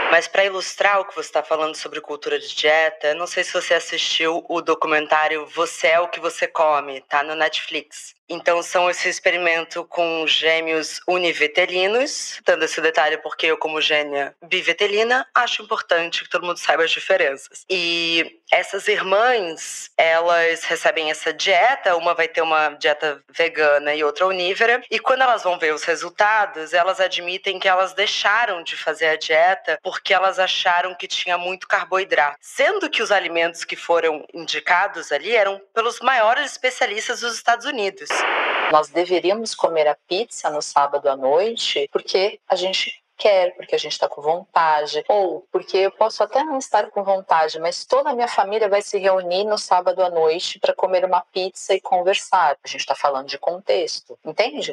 Mas para ilustrar o que você está falando sobre cultura de dieta, não sei se você assistiu o documentário Você é o que você come, tá no Netflix. Então são esse experimento com gêmeos univitelinos, dando esse detalhe porque eu, como gênia bivitelina, acho importante que todo mundo saiba as diferenças. E essas irmãs, elas recebem essa dieta, uma vai ter uma dieta vegana e outra onívora, e quando elas vão ver os resultados, elas admitem que elas deixaram de fazer a dieta porque elas acharam que tinha muito carboidrato. Sendo que os alimentos que foram indicados ali eram pelos maiores especialistas dos Estados Unidos. Nós deveríamos comer a pizza no sábado à noite porque a gente quer, porque a gente está com vontade, ou porque eu posso até não estar com vontade, mas toda a minha família vai se reunir no sábado à noite para comer uma pizza e conversar. A gente está falando de contexto, entende?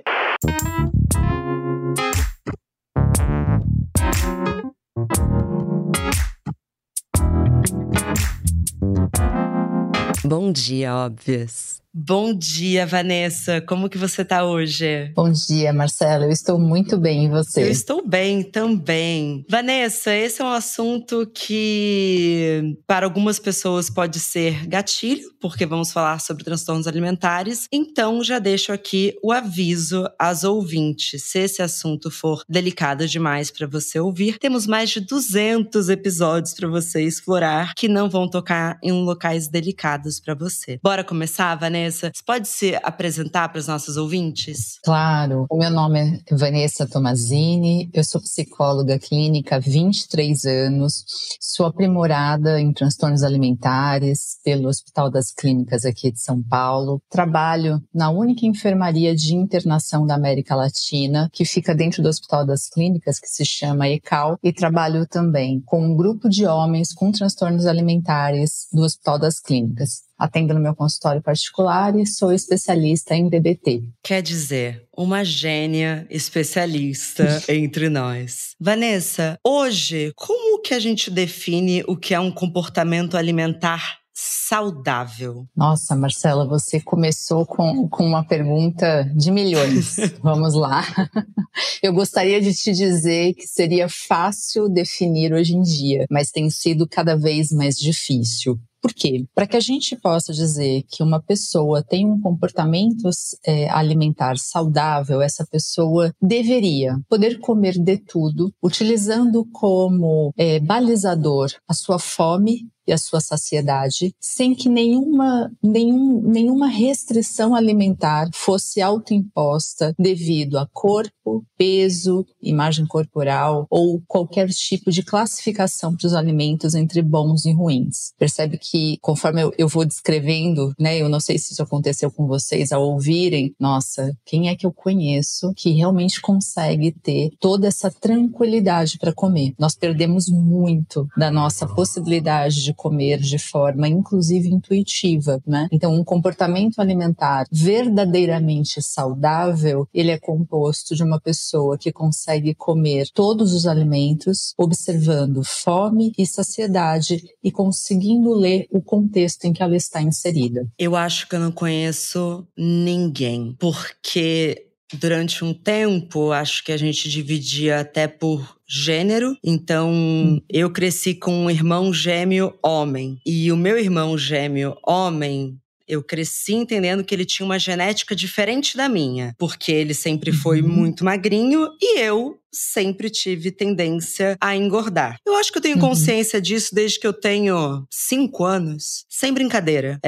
Bom dia, óbvias. Bom dia, Vanessa. Como que você tá hoje? Bom dia, Marcela. Eu estou muito bem, e você? Eu estou bem também. Vanessa, esse é um assunto que para algumas pessoas pode ser gatilho, porque vamos falar sobre transtornos alimentares. Então, já deixo aqui o aviso às ouvintes. Se esse assunto for delicado demais para você ouvir, temos mais de 200 episódios para você explorar que não vão tocar em locais delicados para você. Bora começar, Vanessa? Você pode se apresentar para os nossos ouvintes? Claro. O meu nome é Vanessa Tomazini, eu sou psicóloga clínica há 23 anos, sou aprimorada em transtornos alimentares pelo Hospital das Clínicas aqui de São Paulo. Trabalho na única enfermaria de internação da América Latina, que fica dentro do Hospital das Clínicas, que se chama ECAL, e trabalho também com um grupo de homens com transtornos alimentares do Hospital das Clínicas. Atendo no meu consultório particular e sou especialista em DBT. Quer dizer, uma gênia especialista entre nós. Vanessa, hoje, como que a gente define o que é um comportamento alimentar saudável? Nossa, Marcela, você começou com uma pergunta de milhões. Vamos lá. Eu gostaria de te dizer que seria fácil definir hoje em dia, mas tem sido cada vez mais difícil. Por quê? Para que a gente possa dizer que uma pessoa tem um comportamento alimentar saudável, essa pessoa deveria poder comer de tudo, utilizando como balizador a sua fome e a sua saciedade, sem que nenhuma restrição alimentar fosse autoimposta devido a corpo, peso, imagem corporal ou qualquer tipo de classificação para os alimentos entre bons e ruins. Percebe que conforme eu vou descrevendo, né, eu não sei se isso aconteceu com vocês ao ouvirem, nossa, quem é que eu conheço que realmente consegue ter toda essa tranquilidade para comer? Nós perdemos muito da nossa possibilidade de comer de forma, inclusive, intuitiva, né? Então, um comportamento alimentar verdadeiramente saudável, ele é composto de uma pessoa que consegue comer todos os alimentos, observando fome e saciedade e conseguindo ler o contexto em que ela está inserida. Eu acho que eu não conheço ninguém, porque durante um tempo, acho que a gente dividia até por gênero. Então, eu cresci com um irmão gêmeo homem. E o meu irmão gêmeo homem, eu cresci entendendo que ele tinha uma genética diferente da minha. Porque ele sempre foi muito magrinho e eu sempre tive tendência a engordar. Eu acho que eu tenho consciência disso desde que eu tenho 5 anos. Sem brincadeira.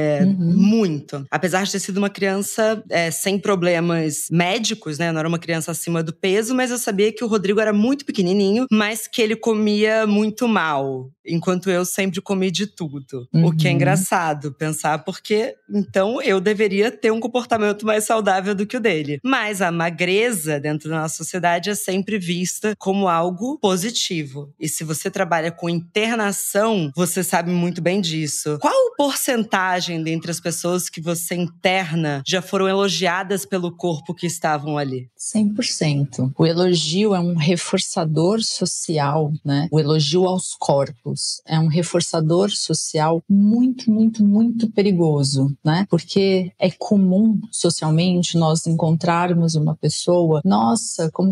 Muito. Apesar de ter sido uma criança sem problemas médicos, né? Eu não era uma criança acima do peso, mas eu sabia que o Rodrigo era muito pequenininho, mas que ele comia muito mal. Enquanto eu sempre comi de tudo. O que é engraçado pensar, porque então eu deveria ter um comportamento mais saudável do que o dele. Mas a magreza dentro da nossa sociedade é sempre vista como algo positivo. E se você trabalha com internação, você sabe muito bem disso. Qual porcentagem dentre as pessoas que você interna já foram elogiadas pelo corpo que estavam ali? 100%. O elogio é um reforçador social, né? O elogio aos corpos é um reforçador social muito, muito, muito perigoso, né? Porque é comum socialmente nós encontrarmos uma pessoa, nossa, como você tá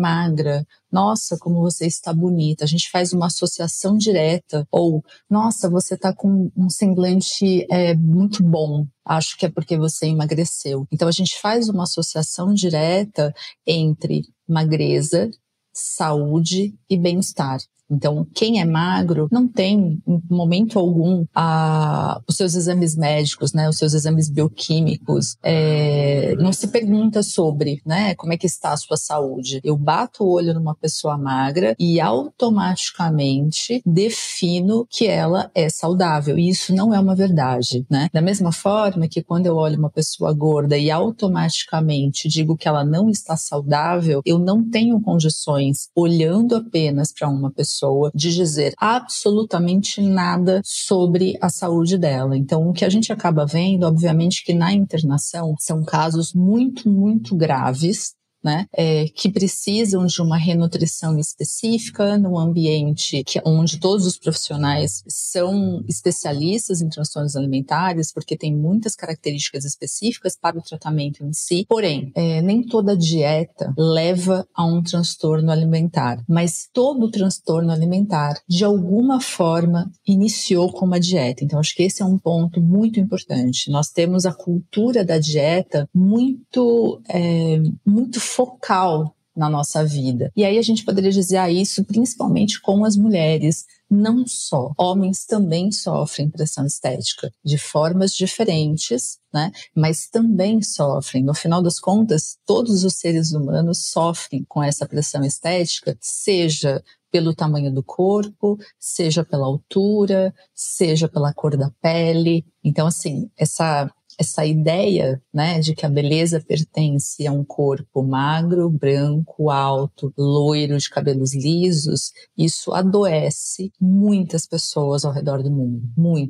magra, nossa, como você está bonita. A gente faz uma associação direta. Ou, nossa, você está com um semblante muito bom. Acho que é porque você emagreceu. Então, a gente faz uma associação direta entre magreza, saúde e bem-estar. Então, quem é magro não tem, em momento algum, os seus exames médicos, né, os seus exames bioquímicos, não se pergunta sobre, né, como é que está a sua saúde. Eu bato o olho numa pessoa magra e automaticamente defino que ela é saudável. E isso não é uma verdade, né? Da mesma forma que quando eu olho uma pessoa gorda e automaticamente digo que ela não está saudável, eu não tenho condições, olhando apenas para uma pessoa, de dizer absolutamente nada sobre a saúde dela. Então, o que a gente acaba vendo, obviamente, que na internação são casos muito, muito graves, né, que precisam de uma renutrição específica num ambiente onde todos os profissionais são especialistas em transtornos alimentares, porque tem muitas características específicas para o tratamento em si. Porém, nem toda dieta leva a um transtorno alimentar, mas todo transtorno alimentar, de alguma forma, iniciou com uma dieta. Então, acho que esse é um ponto muito importante. Nós temos a cultura da dieta muito focal na nossa vida. E aí a gente poderia dizer isso principalmente com as mulheres. Não só, homens também sofrem pressão estética de formas diferentes, né? Mas também sofrem. No final das contas, todos os seres humanos sofrem com essa pressão estética, seja pelo tamanho do corpo, seja pela altura, seja pela cor da pele. Então, assim, essa ideia, né, de que a beleza pertence a um corpo magro, branco, alto, loiro, de cabelos lisos, isso adoece muitas pessoas ao redor do mundo.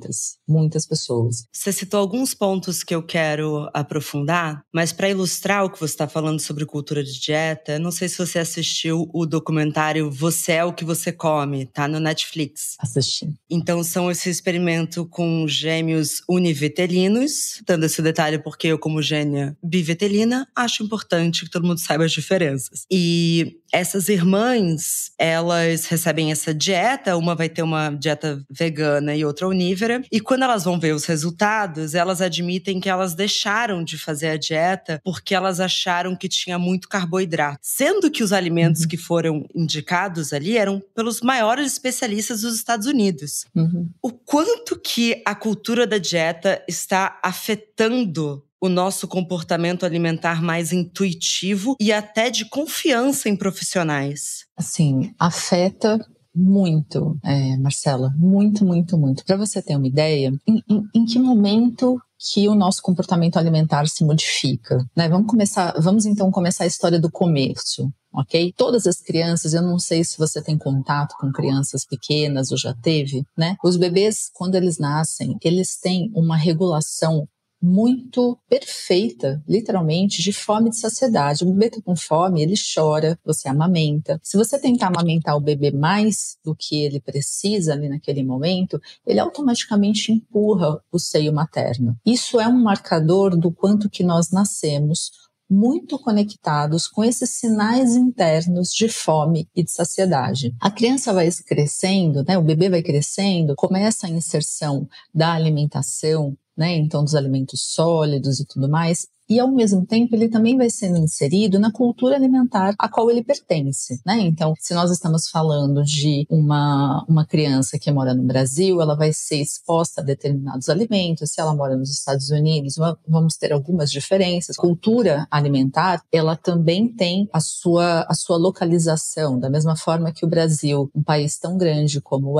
Muitas pessoas. Você citou alguns pontos que eu quero aprofundar, mas para ilustrar o que você está falando sobre cultura de dieta, não sei se você assistiu o documentário Você é o que você come, tá no Netflix. Assisti. Então são esse experimento com gêmeos univitelinos, dando esse detalhe porque eu, como gênia bivitelina, acho importante que todo mundo saiba as diferenças. E essas irmãs, elas recebem essa dieta, uma vai ter uma dieta vegana e outra onívora, e quando elas vão ver os resultados, elas admitem que elas deixaram de fazer a dieta porque elas acharam que tinha muito carboidrato. Sendo que os alimentos que foram indicados ali eram pelos maiores especialistas dos Estados Unidos. O quanto que a cultura da dieta está afetando o nosso comportamento alimentar mais intuitivo e até de confiança em profissionais? Assim, afeta muito, Marcela, muito. Para você ter uma ideia, em que momento que o nosso comportamento alimentar se modifica, né? Vamos então começar a história do começo. Ok? Todas as crianças, eu não sei se você tem contato com crianças pequenas ou já teve, né? Os bebês, quando eles nascem, eles têm uma regulação muito perfeita, literalmente, de fome e de saciedade. O bebê tá com fome, ele chora, você amamenta. Se você tentar amamentar o bebê mais do que ele precisa ali naquele momento, ele automaticamente empurra o seio materno. Isso é um marcador do quanto que nós nascemos muito conectados com esses sinais internos de fome e de saciedade. A criança vai crescendo, né? O bebê vai crescendo, começa a inserção da alimentação, né? Então, dos alimentos sólidos e tudo mais. E, ao mesmo tempo, ele também vai sendo inserido na cultura alimentar a qual ele pertence, né? Então, se nós estamos falando de uma criança que mora no Brasil, ela vai ser exposta a determinados alimentos. Se ela mora nos Estados Unidos, vamos ter algumas diferenças. A cultura alimentar, ela também tem a sua localização. Da mesma forma que o Brasil, um país tão grande como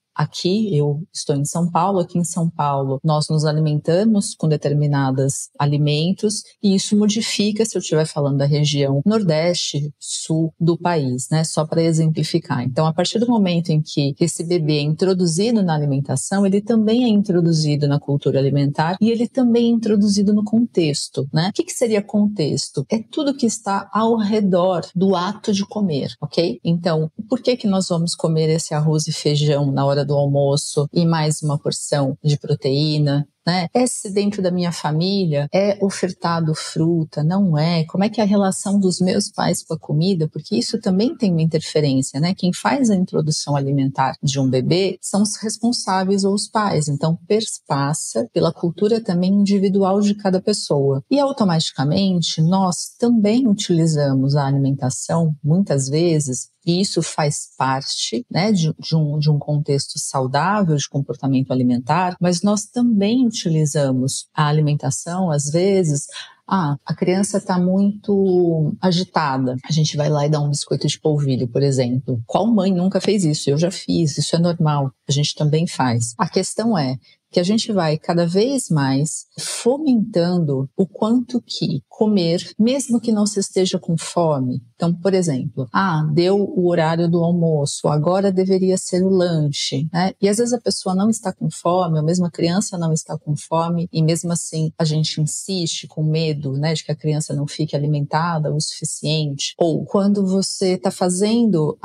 aqui, eu estou em São Paulo, aqui em São Paulo nós nos alimentamos com determinados alimentos e isso modifica se eu estiver falando da região nordeste, sul do país, né? Só para exemplificar. Então, a partir do momento em que esse bebê é introduzido na alimentação, ele também é introduzido na cultura alimentar e ele também é introduzido no contexto, né? O que seria contexto? É tudo que está ao redor do ato de comer, ok? Então, por que nós vamos comer esse arroz e feijão na hora do almoço e mais uma porção de proteína, né? É se dentro da minha família é ofertado fruta, não é? Como é que é a relação dos meus pais com a comida? Porque isso também tem uma interferência, né? Quem faz a introdução alimentar de um bebê são os responsáveis ou os pais. Então, perpassa pela cultura também individual de cada pessoa. E automaticamente, nós também utilizamos a alimentação, muitas vezes, e isso faz parte, né, de um contexto saudável de comportamento alimentar, mas nós também utilizamos a alimentação, às vezes, a criança está muito agitada. A gente vai lá e dá um biscoito de polvilho, por exemplo. Qual mãe nunca fez isso? Eu já fiz, isso é normal. A gente também faz. A questão é que a gente vai cada vez mais fomentando o quanto que comer, mesmo que não se esteja com fome. Então, por exemplo, deu o horário do almoço, agora deveria ser o lanche, né? E às vezes a pessoa não está com fome, ou mesmo a criança não está com fome, e mesmo assim a gente insiste com medo, né, de que a criança não fique alimentada o suficiente. Ou quando você está fazendo,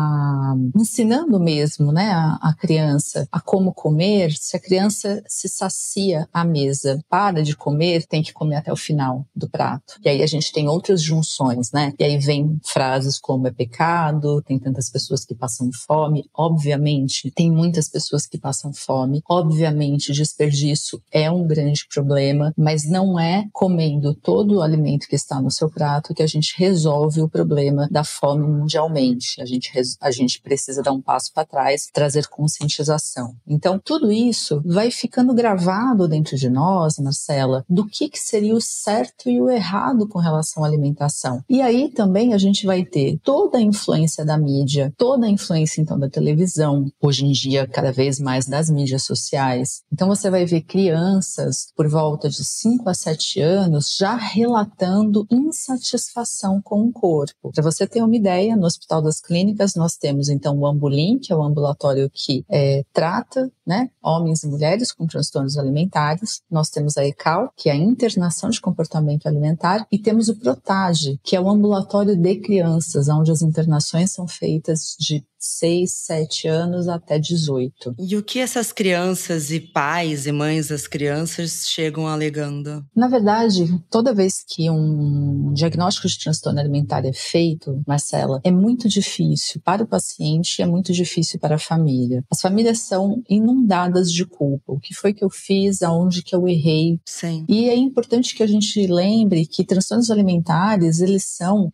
ensinando mesmo, né, a criança a como comer, se a criança se sacia à mesa, para de comer, tem que comer até o final do prato. E aí a gente tem outras junções, né? E aí vem frases como é pecado, tem tantas pessoas que passam fome. Obviamente, tem muitas pessoas que passam fome. Obviamente, desperdício é um grande problema, mas não é comendo todo o alimento que está no seu prato que a gente resolve o problema da fome mundialmente. A gente precisa dar um passo para trás, trazer conscientização. Então, tudo isso vai ficando gravado dentro de nós, Marcela, do que seria o certo e o errado com relação à alimentação. E aí também a gente vai ter toda a influência da mídia, toda a influência então da televisão, hoje em dia cada vez mais das mídias sociais. Então você vai ver crianças por volta de 5 a 7 anos já relatando insatisfação com o corpo. Para você ter uma ideia, no Hospital das Clínicas nós temos então o Ambulim, que é o ambulatório que trata, né, homens e mulheres com transtornos alimentares. Nós temos a ECAL, que é a Internação de Comportamento Alimentar, e temos o PROTAGE, que é o ambulatório de crianças, onde as internações são feitas de 6, 7 anos até 18. E o que essas crianças e pais e mães das crianças chegam alegando? Na verdade, toda vez que um diagnóstico de transtorno alimentar é feito, Marcela, é muito difícil para o paciente e é muito difícil para a família. As famílias são inundadas de culpa. O que foi que eu fiz? Aonde que eu errei? Sim. E é importante que a gente lembre que transtornos alimentares, eles são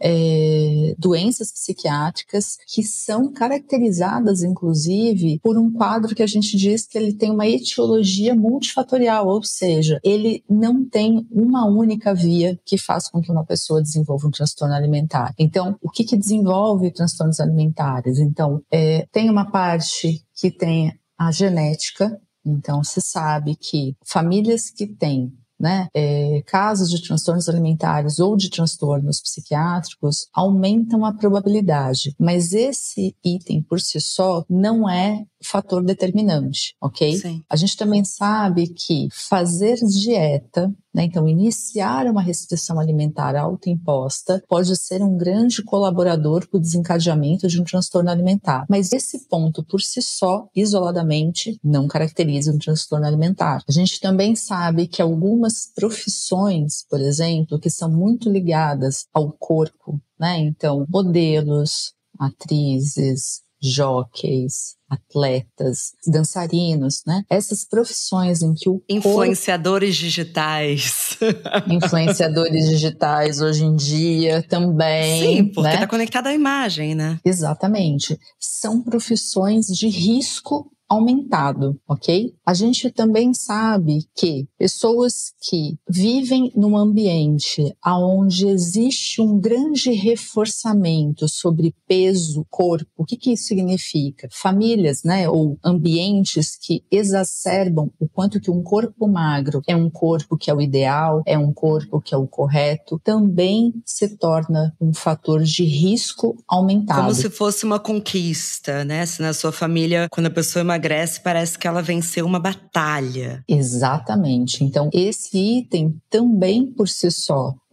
doenças psiquiátricas que são caracterizadas, inclusive, por um quadro que a gente diz que ele tem uma etiologia multifatorial, ou seja, ele não tem uma única via que faz com que uma pessoa desenvolva um transtorno alimentar. Então, o que desenvolve transtornos alimentares? Então, tem uma parte que tem a genética. Então, se sabe que famílias que têm, né, casos de transtornos alimentares ou de transtornos psiquiátricos aumentam a probabilidade, mas esse item por si só não é fator determinante, ok? Sim. A gente também sabe que fazer dieta, né, então iniciar uma restrição alimentar autoimposta pode ser um grande colaborador para o desencadeamento de um transtorno alimentar, mas esse ponto por si só, isoladamente, não caracteriza um transtorno alimentar. A gente também sabe que algumas profissões, por exemplo, que são muito ligadas ao corpo, né, então modelos, atrizes, jockeys, atletas, dançarinos, né? Essas profissões em que o influenciadores digitais. Influenciadores digitais hoje em dia também. Sim, porque né? Tá conectado à imagem, né? Exatamente. São profissões de risco aumentado, ok? A gente também sabe que pessoas que vivem num ambiente onde existe um grande reforçamento sobre peso, corpo, o que isso significa? Famílias, né, ou ambientes que exacerbam o quanto que um corpo magro é um corpo que é o ideal, é um corpo que é o correto, também se torna um fator de risco aumentado. Como se fosse uma conquista, né? Se na sua família, quando a pessoa emagrece, parece que ela venceu uma batalha. Exatamente. Então, esse item também por si só,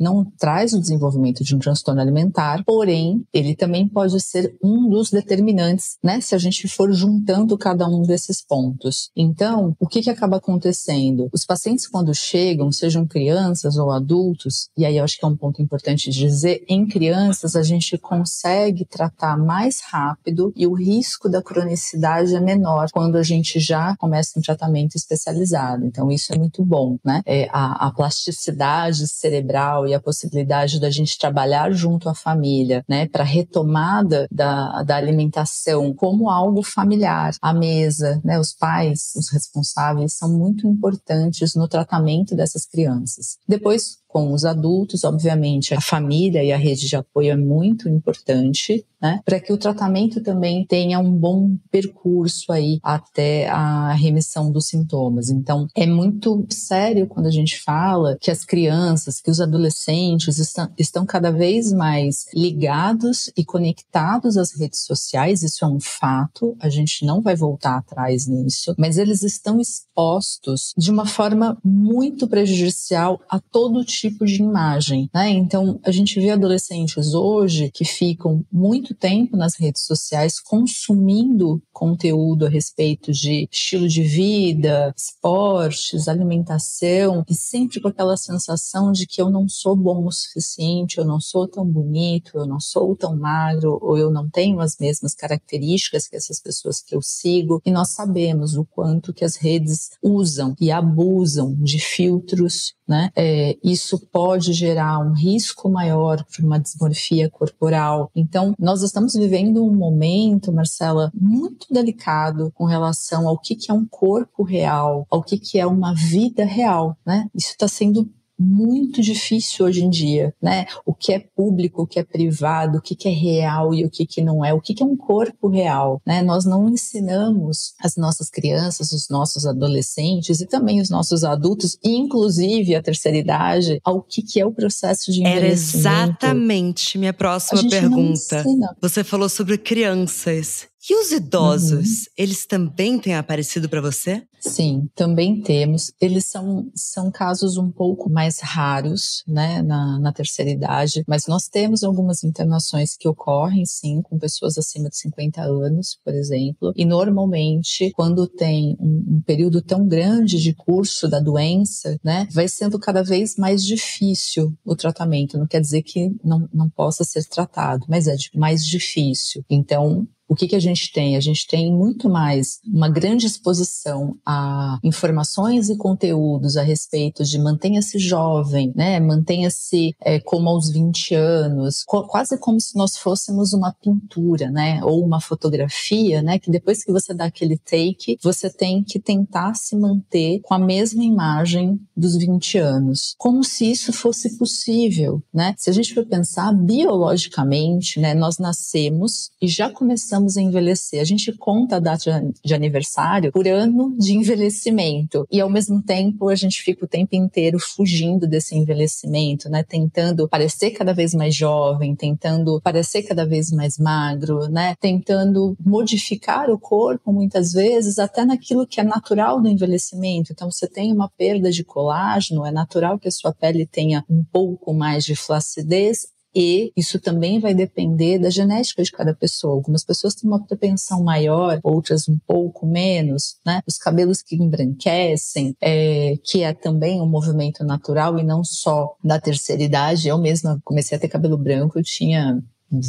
não traz o desenvolvimento de um transtorno alimentar, porém, ele também pode ser um dos determinantes, né, se a gente for juntando cada um desses pontos. Então, o que acaba acontecendo? Os pacientes, quando chegam, sejam crianças ou adultos, e aí eu acho que é um ponto importante de dizer, em crianças a gente consegue tratar mais rápido e o risco da cronicidade é menor quando a gente já começa um tratamento especializado. Então, isso é muito bom, né? A plasticidade cerebral e a possibilidade da gente trabalhar junto à família, né, para retomada da alimentação como algo familiar, à mesa, né, os pais, os responsáveis são muito importantes no tratamento dessas crianças. Depois, com os adultos, obviamente, a família e a rede de apoio é muito importante, né, para que o tratamento também tenha um bom percurso aí até a remissão dos sintomas. Então, é muito sério quando a gente fala que as crianças, que os adolescentes estão cada vez mais ligados e conectados às redes sociais, isso é um fato, a gente não vai voltar atrás nisso, mas eles estão expostos de uma forma muito prejudicial a todo tipo de imagem, né? Então, a gente vê adolescentes hoje que ficam muito tempo nas redes sociais consumindo conteúdo a respeito de estilo de vida, esportes, alimentação, e sempre com aquela sensação de que eu não sou bom o suficiente, eu não sou tão bonito, eu não sou tão magro, ou eu não tenho as mesmas características que essas pessoas que eu sigo. E nós sabemos o quanto que as redes usam e abusam de filtros, né? Isso pode gerar um risco maior para uma dismorfia corporal. Então, nós estamos vivendo um momento, Marcela, muito delicado com relação ao que é um corpo real, ao que é uma vida real, né? Isso está sendo muito difícil hoje em dia, né? O que é público, o que é privado, o que é real e o que não é, o que é um corpo real, né? Nós não ensinamos as nossas crianças, os nossos adolescentes e também os nossos adultos, inclusive a terceira idade, ao que é o processo de envelhecimento. Era exatamente minha próxima pergunta. Você falou sobre crianças. E os idosos, eles também têm aparecido para você? Sim, também temos. Eles são casos um pouco mais raros, né, na terceira idade, mas nós temos algumas internações que ocorrem, sim, com pessoas acima de 50 anos, por exemplo, e normalmente, quando tem um período tão grande de curso da doença, né, vai sendo cada vez mais difícil o tratamento. Não quer dizer que não possa ser tratado, mas é mais difícil. Então, o que a gente tem? A gente tem muito mais uma grande exposição a informações e conteúdos a respeito de mantenha-se jovem, né? Mantenha-se como aos 20 anos, quase como se nós fôssemos uma pintura, né? Ou uma fotografia, né? Que depois que você dá aquele take, você tem que tentar se manter com a mesma imagem dos 20 anos. Como se isso fosse possível, né? Se a gente for pensar biologicamente, né? Nós nascemos e já começamos a envelhecer. A gente conta a data de aniversário por ano de envelhecimento e ao mesmo tempo a gente fica o tempo inteiro fugindo desse envelhecimento, né? Tentando parecer cada vez mais jovem, tentando parecer cada vez mais magro, né? Tentando modificar o corpo muitas vezes até naquilo que é natural do envelhecimento. Então você tem uma perda de colágeno, é natural que a sua pele tenha um pouco mais de flacidez. E isso também vai depender da genética de cada pessoa. Algumas pessoas têm uma propensão maior, outras um pouco menos, né? Os cabelos que embranquecem, que é também um movimento natural e não só da terceira idade. Eu mesma comecei a ter cabelo branco, eu tinha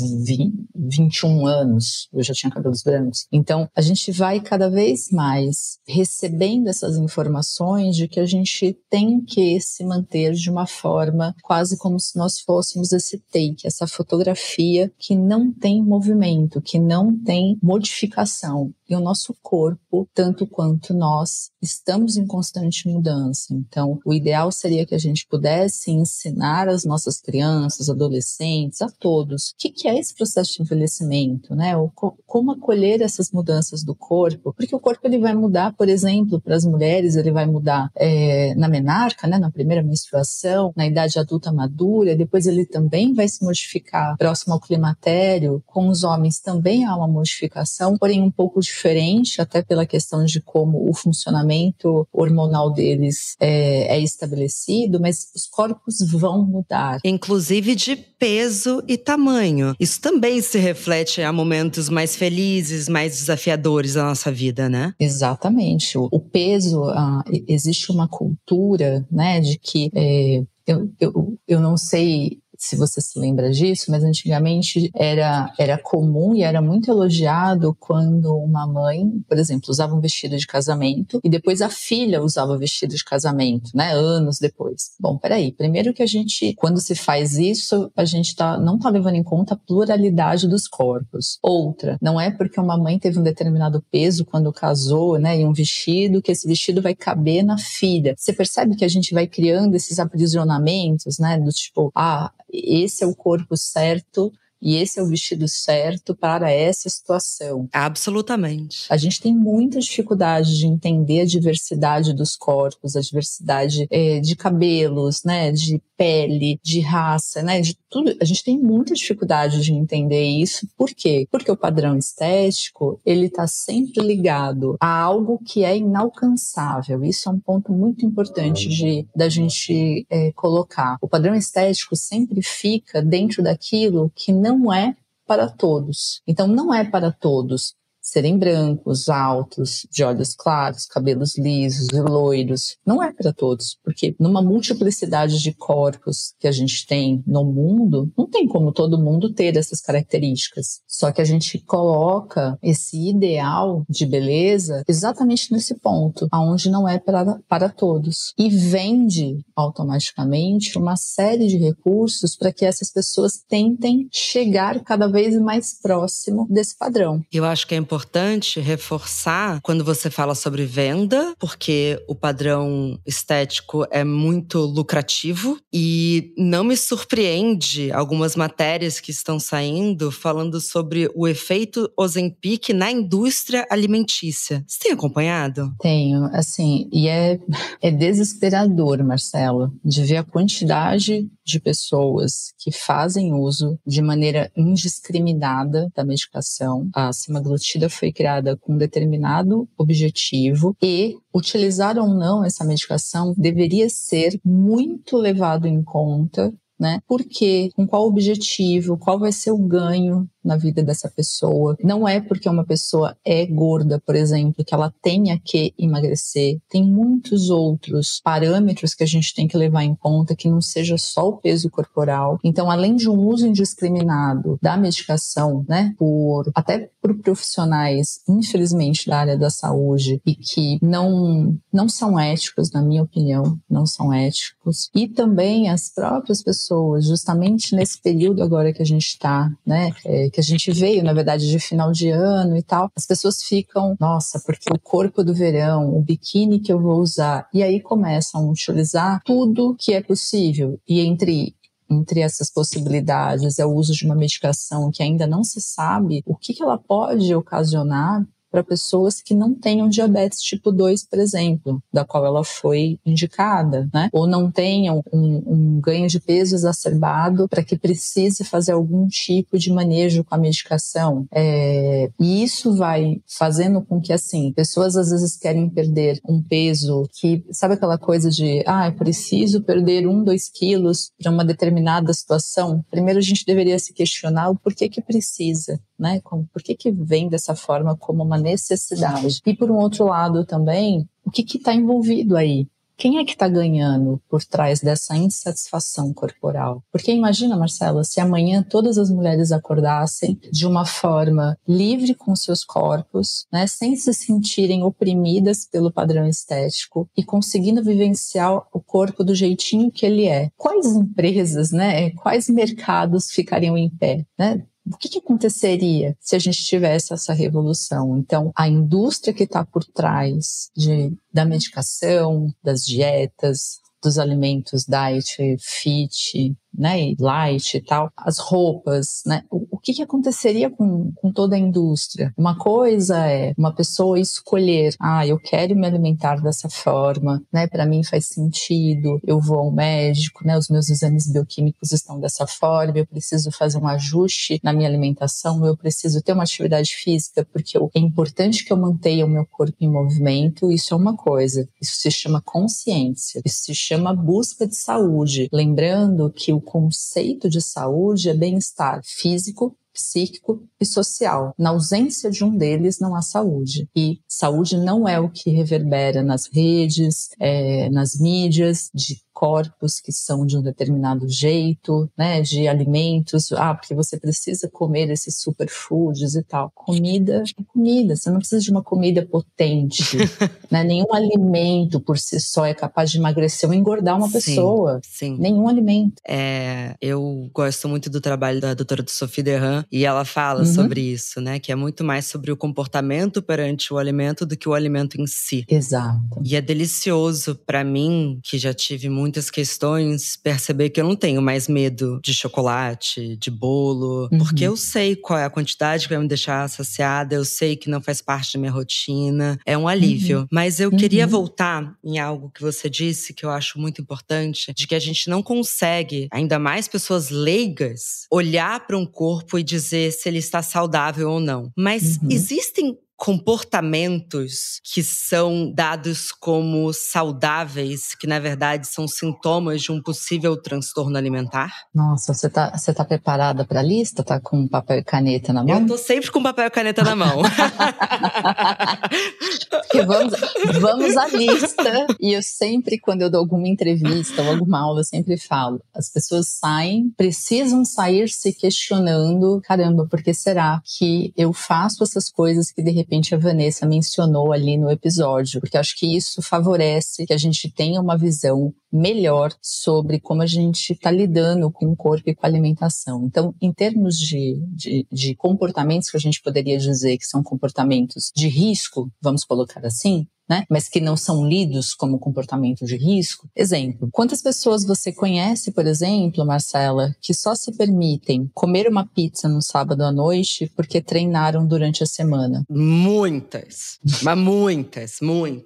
21 anos, eu já tinha cabelos brancos. Então, a gente vai cada vez mais recebendo essas informações de que a gente tem que se manter de uma forma quase como se nós fôssemos esse take, essa fotografia que não tem movimento, que não tem modificação. E o nosso corpo, tanto quanto nós, estamos em constante mudança. Então, o ideal seria que a gente pudesse ensinar às nossas crianças, adolescentes, a todos, o que é esse processo de envelhecimento, né? Como acolher essas mudanças do corpo, porque o corpo ele vai mudar, por exemplo, para as mulheres, ele vai mudar na menarca, né? Na primeira menstruação, na idade adulta madura, depois ele também vai se modificar próximo ao climatério. Com os homens também há uma modificação, porém um pouco diferente diferente, até pela questão de como o funcionamento hormonal deles é estabelecido, mas os corpos vão mudar. Inclusive de peso e tamanho. Isso também se reflete a momentos mais felizes, mais desafiadores da nossa vida, né? Exatamente. O peso, existe uma cultura, né, de que eu não sei se você se lembra disso, mas antigamente era comum e era muito elogiado quando uma mãe, por exemplo, usava um vestido de casamento e depois a filha usava o vestido de casamento, né, anos depois. Bom, peraí, primeiro que a gente, quando se faz isso, a gente não tá levando em conta a pluralidade dos corpos. Outra, não é porque uma mãe teve um determinado peso quando casou, né, em um vestido, que esse vestido vai caber na filha. Você percebe que a gente vai criando esses aprisionamentos, né, do tipo, esse é o corpo certo e esse é o vestido certo para essa situação. Absolutamente. A gente tem muita dificuldade de entender a diversidade dos corpos, a diversidade de cabelos, né, de pele, de raça, né, de tudo. A gente tem muita dificuldade de entender isso. Por quê? Porque o padrão estético, ele está sempre ligado a algo que é inalcançável. Isso é um ponto muito importante da gente colocar. O padrão estético sempre fica dentro daquilo que não é para todos. Então, não é para todos serem brancos, altos, de olhos claros, cabelos lisos e loiros. Não é para todos, porque numa multiplicidade de corpos que a gente tem no mundo, não tem como todo mundo ter essas características. Só que a gente coloca esse ideal de beleza exatamente nesse ponto, onde não é para todos. E vende automaticamente uma série de recursos para que essas pessoas tentem chegar cada vez mais próximo desse padrão. Eu acho que é importante reforçar quando você fala sobre venda, porque o padrão estético é muito lucrativo e não me surpreende algumas matérias que estão saindo falando sobre o efeito Ozempic na indústria alimentícia. Você tem acompanhado? Tenho, assim, e é desesperador, Marcelo, de ver a quantidade de pessoas que fazem uso de maneira indiscriminada da medicação. A semaglutida foi criada com um determinado objetivo e utilizar ou não essa medicação deveria ser muito levado em conta, né? Por quê? Com qual objetivo? Qual vai ser o ganho na vida dessa pessoa? Não é porque uma pessoa é gorda, por exemplo, que ela tenha que emagrecer. Tem muitos outros parâmetros que a gente tem que levar em conta, que não seja só o peso corporal. Então, além de um uso indiscriminado da medicação, né, até por profissionais, infelizmente, da área da saúde, e que não são éticos, na minha opinião, não são éticos. E também as próprias pessoas, justamente nesse período agora que a gente está, né, que a gente veio, na verdade, de final de ano e tal, as pessoas ficam, nossa, porque o corpo do verão, o biquíni que eu vou usar, e aí começam a utilizar tudo que é possível. E entre essas possibilidades é o uso de uma medicação que ainda não se sabe o que ela pode ocasionar para pessoas que não tenham diabetes tipo 2, por exemplo, da qual ela foi indicada, né? Ou não tenham um ganho de peso exacerbado para que precise fazer algum tipo de manejo com a medicação. E isso vai fazendo com que, assim, pessoas às vezes querem perder um peso que, sabe aquela coisa de, eu preciso perder 2 quilos para uma determinada situação? Primeiro a gente deveria se questionar o porquê que precisa, né? Por que vem dessa forma como uma necessidade? E por um outro lado também, o que está envolvido aí? Quem é que está ganhando por trás dessa insatisfação corporal? Porque imagina, Marcela, se amanhã todas as mulheres acordassem de uma forma livre com seus corpos, né, sem se sentirem oprimidas pelo padrão estético e conseguindo vivenciar o corpo do jeitinho que ele é. Quais empresas, né, quais mercados ficariam em pé, né? O que aconteceria se a gente tivesse essa revolução? Então, a indústria que está por trás da medicação, das dietas, dos alimentos diet, fit, né, e light e tal, as roupas, né, o que aconteceria com toda a indústria? Uma coisa é uma pessoa escolher, eu quero me alimentar dessa forma, né, para mim faz sentido, eu vou ao médico, né, os meus exames bioquímicos estão dessa forma, eu preciso fazer um ajuste na minha alimentação, eu preciso ter uma atividade física, porque é importante que eu mantenha o meu corpo em movimento. Isso é uma coisa, isso se chama consciência, isso se chama busca de saúde, lembrando que o conceito de saúde é bem-estar físico, psíquico e social. Na ausência de um deles, não há saúde. E saúde não é o que reverbera nas redes, nas mídias, de corpos que são de um determinado jeito, né, de alimentos, porque você precisa comer esses superfoods e tal. Comida é comida, você não precisa de uma comida potente, né? Nenhum alimento por si só é capaz de emagrecer ou engordar uma pessoa. Sim. Nenhum alimento. Eu gosto muito do trabalho da doutora Sophie Derham, e ela fala sobre isso, né, que é muito mais sobre o comportamento perante o alimento do que o alimento em si. Exato. E é delicioso pra mim, que já tive muitas questões, perceber que eu não tenho mais medo de chocolate, de bolo, porque eu sei qual é a quantidade que vai me deixar saciada, eu sei que não faz parte da minha rotina, é um alívio. Mas eu queria voltar em algo que você disse, que eu acho muito importante, de que a gente não consegue, ainda mais pessoas leigas, olhar para um corpo e dizer se ele está saudável ou não. Mas existem comportamentos que são dados como saudáveis, que na verdade são sintomas de um possível transtorno alimentar? Nossa, você tá preparada para a lista? Tá com papel e caneta na mão? Eu tô sempre com papel e caneta na mão. Vamos à lista. E eu sempre, quando eu dou alguma entrevista ou alguma aula, eu sempre falo, as pessoas precisam sair se questionando, caramba, por que será que eu faço essas coisas que de repente a Vanessa mencionou ali no episódio? Porque eu acho que isso favorece que a gente tenha uma visão melhor sobre como a gente está lidando com o corpo e com a alimentação. Então, em termos de comportamentos que a gente poderia dizer que são comportamentos de risco, vamos colocar assim, né? Mas que não são lidos como comportamento de risco. Exemplo, quantas pessoas você conhece, por exemplo, Marcela, que só se permitem comer uma pizza no sábado à noite porque treinaram durante a semana? Muitas. Mas muitas.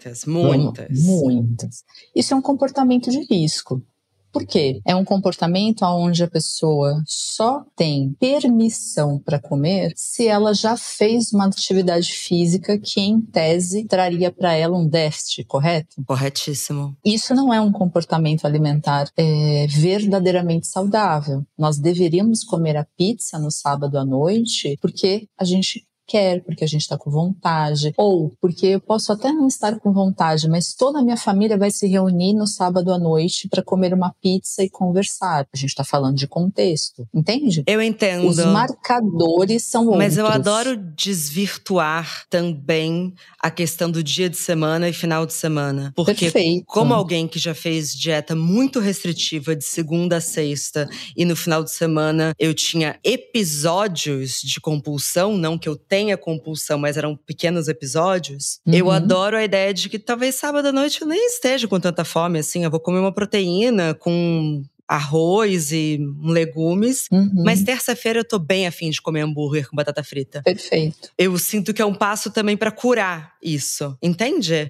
Muitas. Isso é um comportamento de risco. Por quê? É um comportamento onde a pessoa só tem permissão para comer se ela já fez uma atividade física que, em tese, traria para ela um déficit, correto? Corretíssimo. Isso não é um comportamento alimentar verdadeiramente saudável. Nós deveríamos comer a pizza no sábado à noite porque a gente quer, porque a gente está com vontade, ou porque eu posso até não estar com vontade, mas toda a minha família vai se reunir no sábado à noite para comer uma pizza e conversar. A gente está falando de contexto, entende? Eu entendo. Os marcadores são outros. Mas eu adoro desvirtuar também a questão do dia de semana e final de semana. Porque como alguém que já fez dieta muito restritiva de segunda a sexta e no final de semana eu tinha episódios de compulsão, não que eu tenha compulsão, mas eram pequenos episódios. Eu adoro a ideia de que talvez sábado à noite eu nem esteja com tanta fome, assim. Eu vou comer uma proteína com arroz e legumes, mas terça-feira eu tô bem afim de comer hambúrguer com batata frita. Perfeito. Eu sinto que é um passo também pra curar isso, entende?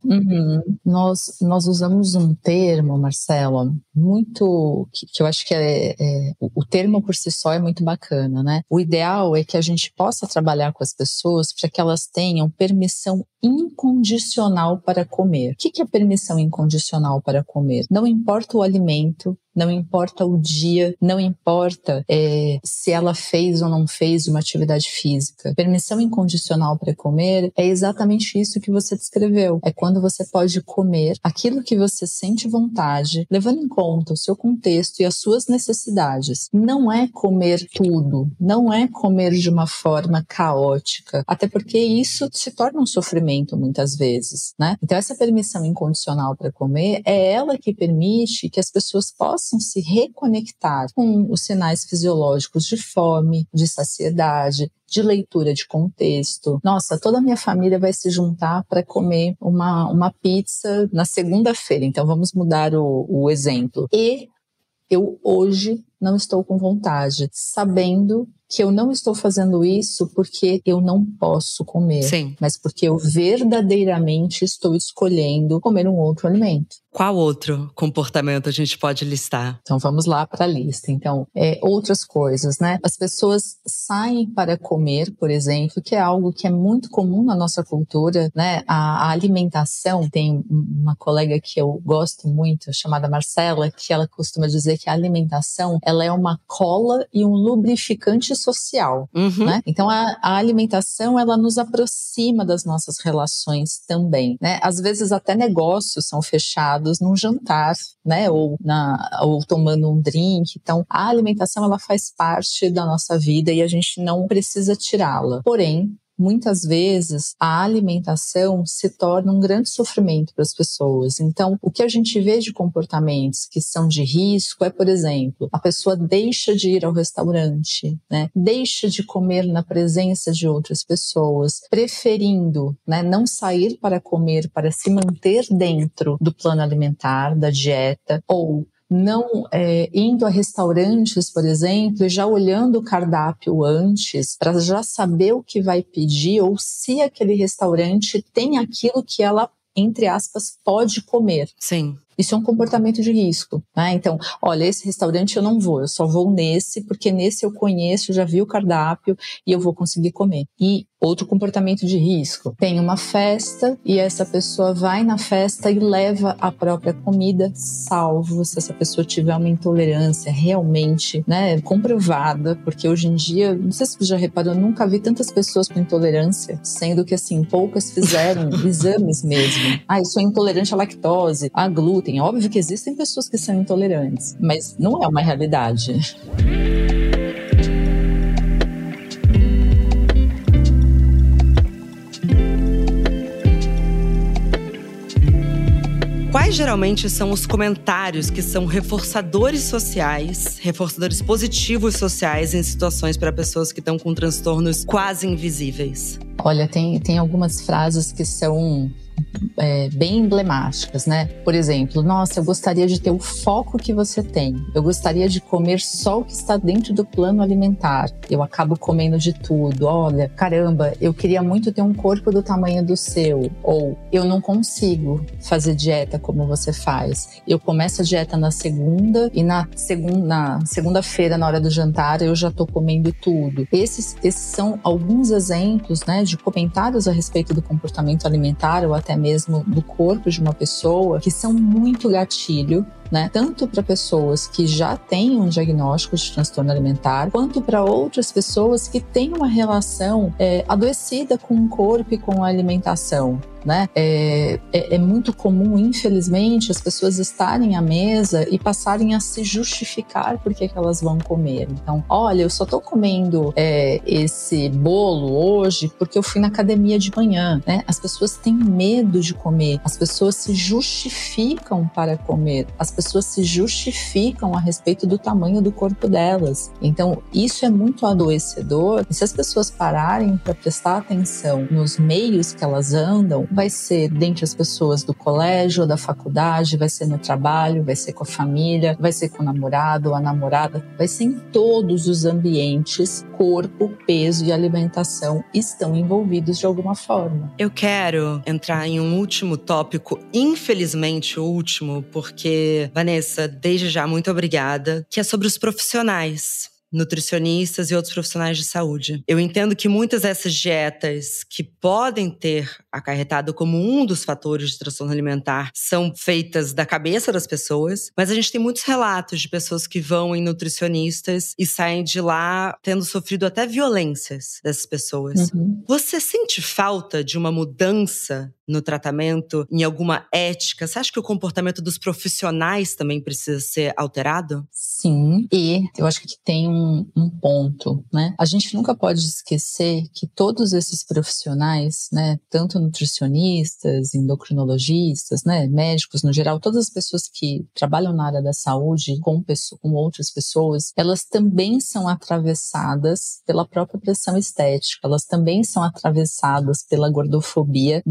Nós usamos um termo, Marcela, muito, que eu acho que o termo por si só é muito bacana, né? O ideal é que a gente possa trabalhar com as pessoas para que elas tenham permissão incondicional para comer. O que é permissão incondicional para comer? Não importa o alimento, não importa o dia, não importa se ela fez ou não fez uma atividade física. Permissão incondicional para comer é exatamente isso que você descreveu. É quando você pode comer aquilo que você sente vontade, levando em conta o seu contexto e as suas necessidades. Não é comer tudo, não é comer de uma forma caótica, até porque isso se torna um sofrimento muitas vezes, né? Então essa permissão incondicional para comer é ela que permite que as pessoas possam se reconectar com os sinais fisiológicos de fome, de saciedade, de leitura de contexto. Nossa, toda a minha família vai se juntar para comer uma pizza na segunda-feira, então vamos mudar o exemplo. E eu hoje não estou com vontade, sabendo que eu não estou fazendo isso porque eu não posso comer, Sim. mas porque eu verdadeiramente estou escolhendo comer um outro alimento. Qual outro comportamento a gente pode listar? Então vamos lá para a lista. Então, outras coisas, né? As pessoas saem para comer, por exemplo, que é algo que é muito comum na nossa cultura, né? A alimentação, tem uma colega que eu gosto muito, chamada Marcela, que ela costuma dizer que a alimentação, ela é uma cola e um lubrificante social, né? Então a alimentação, ela nos aproxima das nossas relações também, né? Às vezes até negócios são fechados num jantar, né? Ou tomando um drink. Então a alimentação, ela faz parte da nossa vida e a gente não precisa tirá-la. Porém, muitas vezes a alimentação se torna um grande sofrimento para as pessoas. Então, o que a gente vê de comportamentos que são de risco é, por exemplo, a pessoa deixa de ir ao restaurante, né? Deixa de comer na presença de outras pessoas, preferindo, né, não sair para comer, para se manter dentro do plano alimentar, da dieta, ou não indo a restaurantes, por exemplo, e já olhando o cardápio antes, para já saber o que vai pedir ou se aquele restaurante tem aquilo que ela, entre aspas, pode comer. Sim. Isso é um comportamento de risco, né? Então, olha, esse restaurante eu não vou, eu só vou nesse, porque nesse eu conheço, já vi o cardápio e eu vou conseguir comer. E outro comportamento de risco, tem uma festa e essa pessoa vai na festa e leva a própria comida, salvo se essa pessoa tiver uma intolerância realmente, né, comprovada, porque hoje em dia, não sei se você já reparou, eu nunca vi tantas pessoas com intolerância, sendo que assim, poucas fizeram exames mesmo. Eu sou intolerante à lactose, a glúten. Óbvio que existem pessoas que são intolerantes, mas não é uma realidade. Quais geralmente são os comentários que são reforçadores sociais, reforçadores positivos sociais em situações para pessoas que estão com transtornos quase invisíveis? Olha, tem algumas frases que são bem emblemáticas, né? Por exemplo, nossa, eu gostaria de ter o foco que você tem. Eu gostaria de comer só o que está dentro do plano alimentar. Eu acabo comendo de tudo. Olha, caramba, eu queria muito ter um corpo do tamanho do seu. Ou, eu não consigo fazer dieta como você faz. Eu começo a dieta na segunda e na segunda-feira, na hora do jantar, eu já tô comendo tudo. Esses são alguns exemplos, né, de comentários a respeito do comportamento alimentar ou até mesmo do corpo de uma pessoa que são muito gatilho, né? Tanto para pessoas que já têm um diagnóstico de transtorno alimentar, quanto para outras pessoas que têm uma relação adoecida com o corpo e com a alimentação. Né? É muito comum, infelizmente, as pessoas estarem à mesa e passarem a se justificar por que elas vão comer. Então, olha, eu só tô comendo esse bolo hoje porque eu fui na academia de manhã, né? As pessoas têm medo de comer, as pessoas se justificam para comer, as pessoas se justificam a respeito do tamanho do corpo delas. Então, isso é muito adoecedor. E se as pessoas pararem para prestar atenção nos meios que elas andam, vai ser dentre as pessoas do colégio ou da faculdade, vai ser no trabalho, vai ser com a família, vai ser com o namorado ou a namorada, vai ser em todos os ambientes. Corpo, peso e alimentação estão envolvidos de alguma forma. Eu quero entrar em um último tópico, infelizmente o último, porque, Vanessa, desde já, muito obrigada, que é sobre os profissionais. Nutricionistas e outros profissionais de saúde. Eu entendo que muitas dessas dietas que podem ter acarretado como um dos fatores de transtorno alimentar são feitas da cabeça das pessoas, mas a gente tem muitos relatos de pessoas que vão em nutricionistas e saem de lá tendo sofrido até violências dessas pessoas. Uhum. Você sente falta de uma mudança no tratamento, em alguma ética? Você acha que o comportamento dos profissionais também precisa ser alterado? Sim, e eu acho que tem um ponto, né? A gente nunca pode esquecer que todos esses profissionais, né, tanto nutricionistas, endocrinologistas, né, médicos no geral, todas as pessoas que trabalham na área da saúde com outras pessoas, elas também são atravessadas pela própria pressão estética, elas também são atravessadas pela gordofobia, da mesma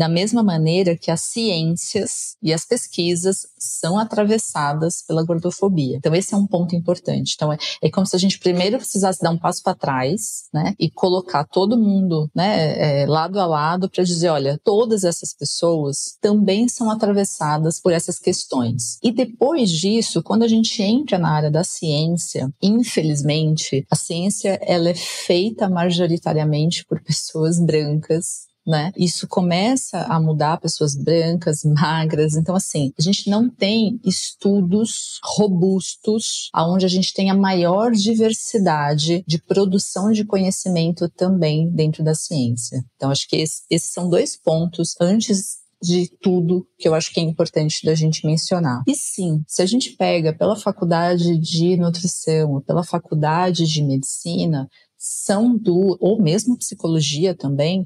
maneira que as ciências e as pesquisas são atravessadas pela gordofobia. Então esse é um ponto importante. Então é como se a gente primeiro precisasse dar um passo para trás, né, e colocar todo mundo, né, lado a lado para dizer, olha, todas essas pessoas também são atravessadas por essas questões. E depois disso, quando a gente entra na área da ciência, infelizmente, a ciência ela é feita majoritariamente por pessoas brancas, né? Isso começa a mudar pessoas brancas, magras. Então, assim, a gente não tem estudos robustos onde a gente tem a maior diversidade de produção de conhecimento também dentro da ciência. Então, acho que esses são 2 pontos antes de tudo que eu acho que é importante da gente mencionar. E sim, se a gente pega pela faculdade de nutrição ou pela faculdade de medicina, ou mesmo psicologia também,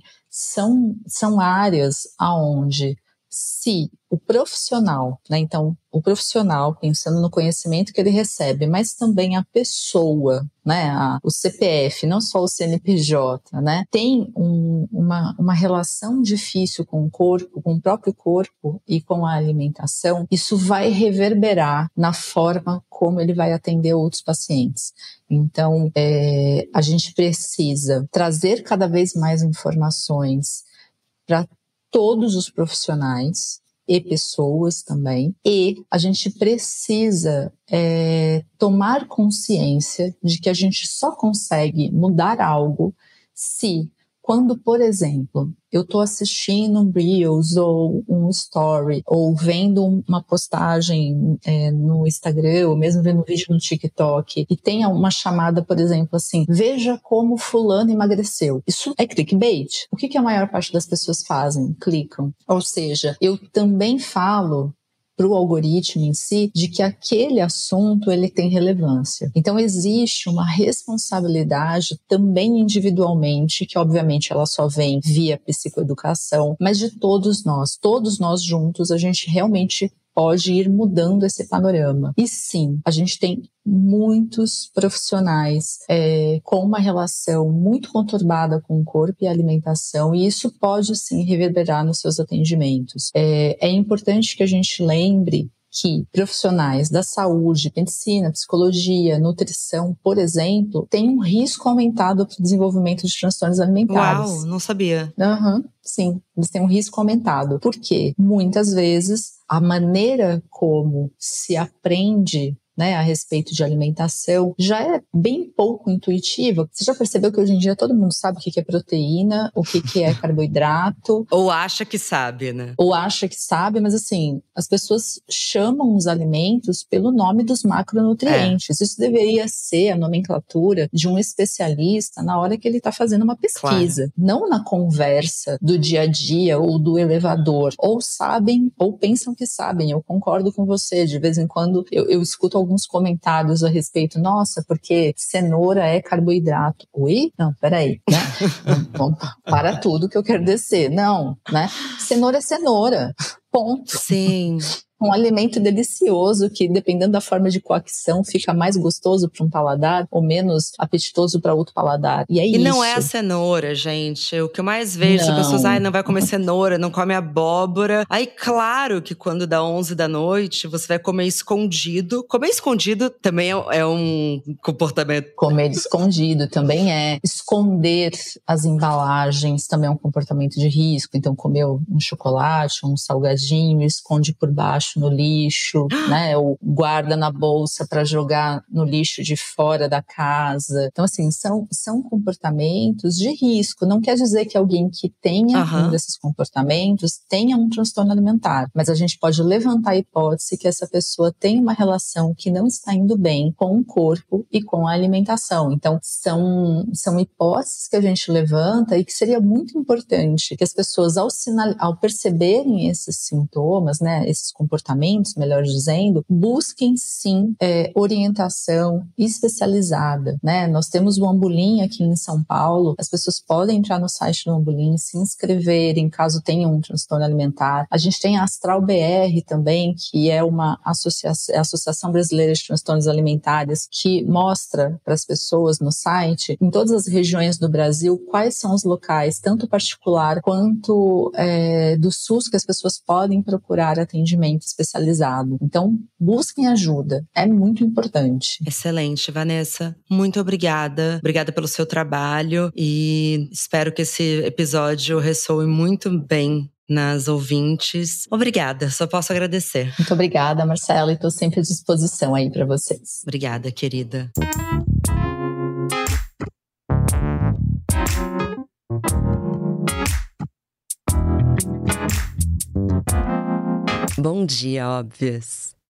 são áreas aonde se o profissional, né, então o profissional pensando no conhecimento que ele recebe, mas também a pessoa, né, o CPF, não só o CNPJ, né, tem uma relação difícil com o corpo, com o próprio corpo e com a alimentação, isso vai reverberar na forma como ele vai atender outros pacientes. Então, a gente precisa trazer cada vez mais informações para todos os profissionais e pessoas também, e a gente precisa tomar consciência de que a gente só consegue mudar algo se, quando, por exemplo, eu estou assistindo um Reels ou um Story, ou vendo uma postagem no Instagram, ou mesmo vendo um vídeo no TikTok, e tem uma chamada, por exemplo, assim, veja como fulano emagreceu. Isso é clickbait? O que a maior parte das pessoas fazem? Clicam. Ou seja, eu também falo para o algoritmo em si, de que aquele assunto ele tem relevância. Então existe uma responsabilidade também individualmente, que obviamente ela só vem via psicoeducação, mas de todos nós juntos, a gente realmente pode ir mudando esse panorama. E sim, a gente tem muitos profissionais com uma relação muito conturbada com o corpo e a alimentação, e isso pode sim reverberar nos seus atendimentos. É importante que a gente lembre que profissionais da saúde, medicina, psicologia, nutrição, por exemplo, têm um risco aumentado para o desenvolvimento de transtornos alimentares. Uau, não sabia. Sim, eles têm um risco aumentado. Porque muitas vezes a maneira como se aprende, né, a respeito de alimentação, já é bem pouco intuitiva. Você já percebeu que hoje em dia todo mundo sabe o que é proteína, o que é carboidrato? Ou acha que sabe, né? Ou acha que sabe, mas assim, as pessoas chamam os alimentos pelo nome dos macronutrientes. Isso deveria ser a nomenclatura de um especialista na hora que ele está fazendo uma pesquisa. Claro. Não na conversa do dia a dia ou do elevador. Ou sabem, ou pensam que sabem. Eu concordo com você. De vez em quando eu escuto alguns comentários a respeito, nossa, porque cenoura é carboidrato. Oi? Não, peraí, né? Para tudo que eu quero descer. Não, né? Cenoura é cenoura. Ponto. Sim. Um alimento delicioso que, dependendo da forma de coacção, fica mais gostoso para um paladar ou menos apetitoso para outro paladar. E é isso. E não é a cenoura, gente. O que eu mais vejo são pessoas, não vai comer cenoura, não come abóbora. Aí, claro que quando dá 11 da noite, você vai comer escondido. Comer escondido também é um comportamento. Comer escondido também é. Esconder as embalagens também é um comportamento de risco. Então, comer um chocolate, um salgadinho, esconde por baixo no lixo, né? Ou guarda na bolsa para jogar no lixo de fora da casa. Então, assim, são comportamentos de risco. Não quer dizer que alguém que tenha um desses comportamentos tenha um transtorno alimentar. Mas a gente pode levantar a hipótese que essa pessoa tem uma relação que não está indo bem com o corpo e com a alimentação. Então, são hipóteses que a gente levanta e que seria muito importante que as pessoas, ao perceberem esses sintomas, né, esses comportamentos comportamentos, melhor dizendo, busquem sim orientação especializada, né? Nós temos o Ambulim aqui em São Paulo, as pessoas podem entrar no site do Ambulim, se inscreverem caso tenham um transtorno alimentar. A gente tem a Astral BR também, que é uma Associação Brasileira de Transtornos Alimentares, que mostra para as pessoas no site, em todas as regiões do Brasil, quais são os locais, tanto particular quanto do SUS, que as pessoas podem procurar atendimento especializado. Então, busquem ajuda, é muito importante. Excelente, Vanessa. Muito obrigada. Obrigada pelo seu trabalho e espero que esse episódio ressoe muito bem nas ouvintes. Obrigada, só posso agradecer. Muito obrigada, Marcela, e estou sempre à disposição aí para vocês. Obrigada, querida. Bom dia, óbvias!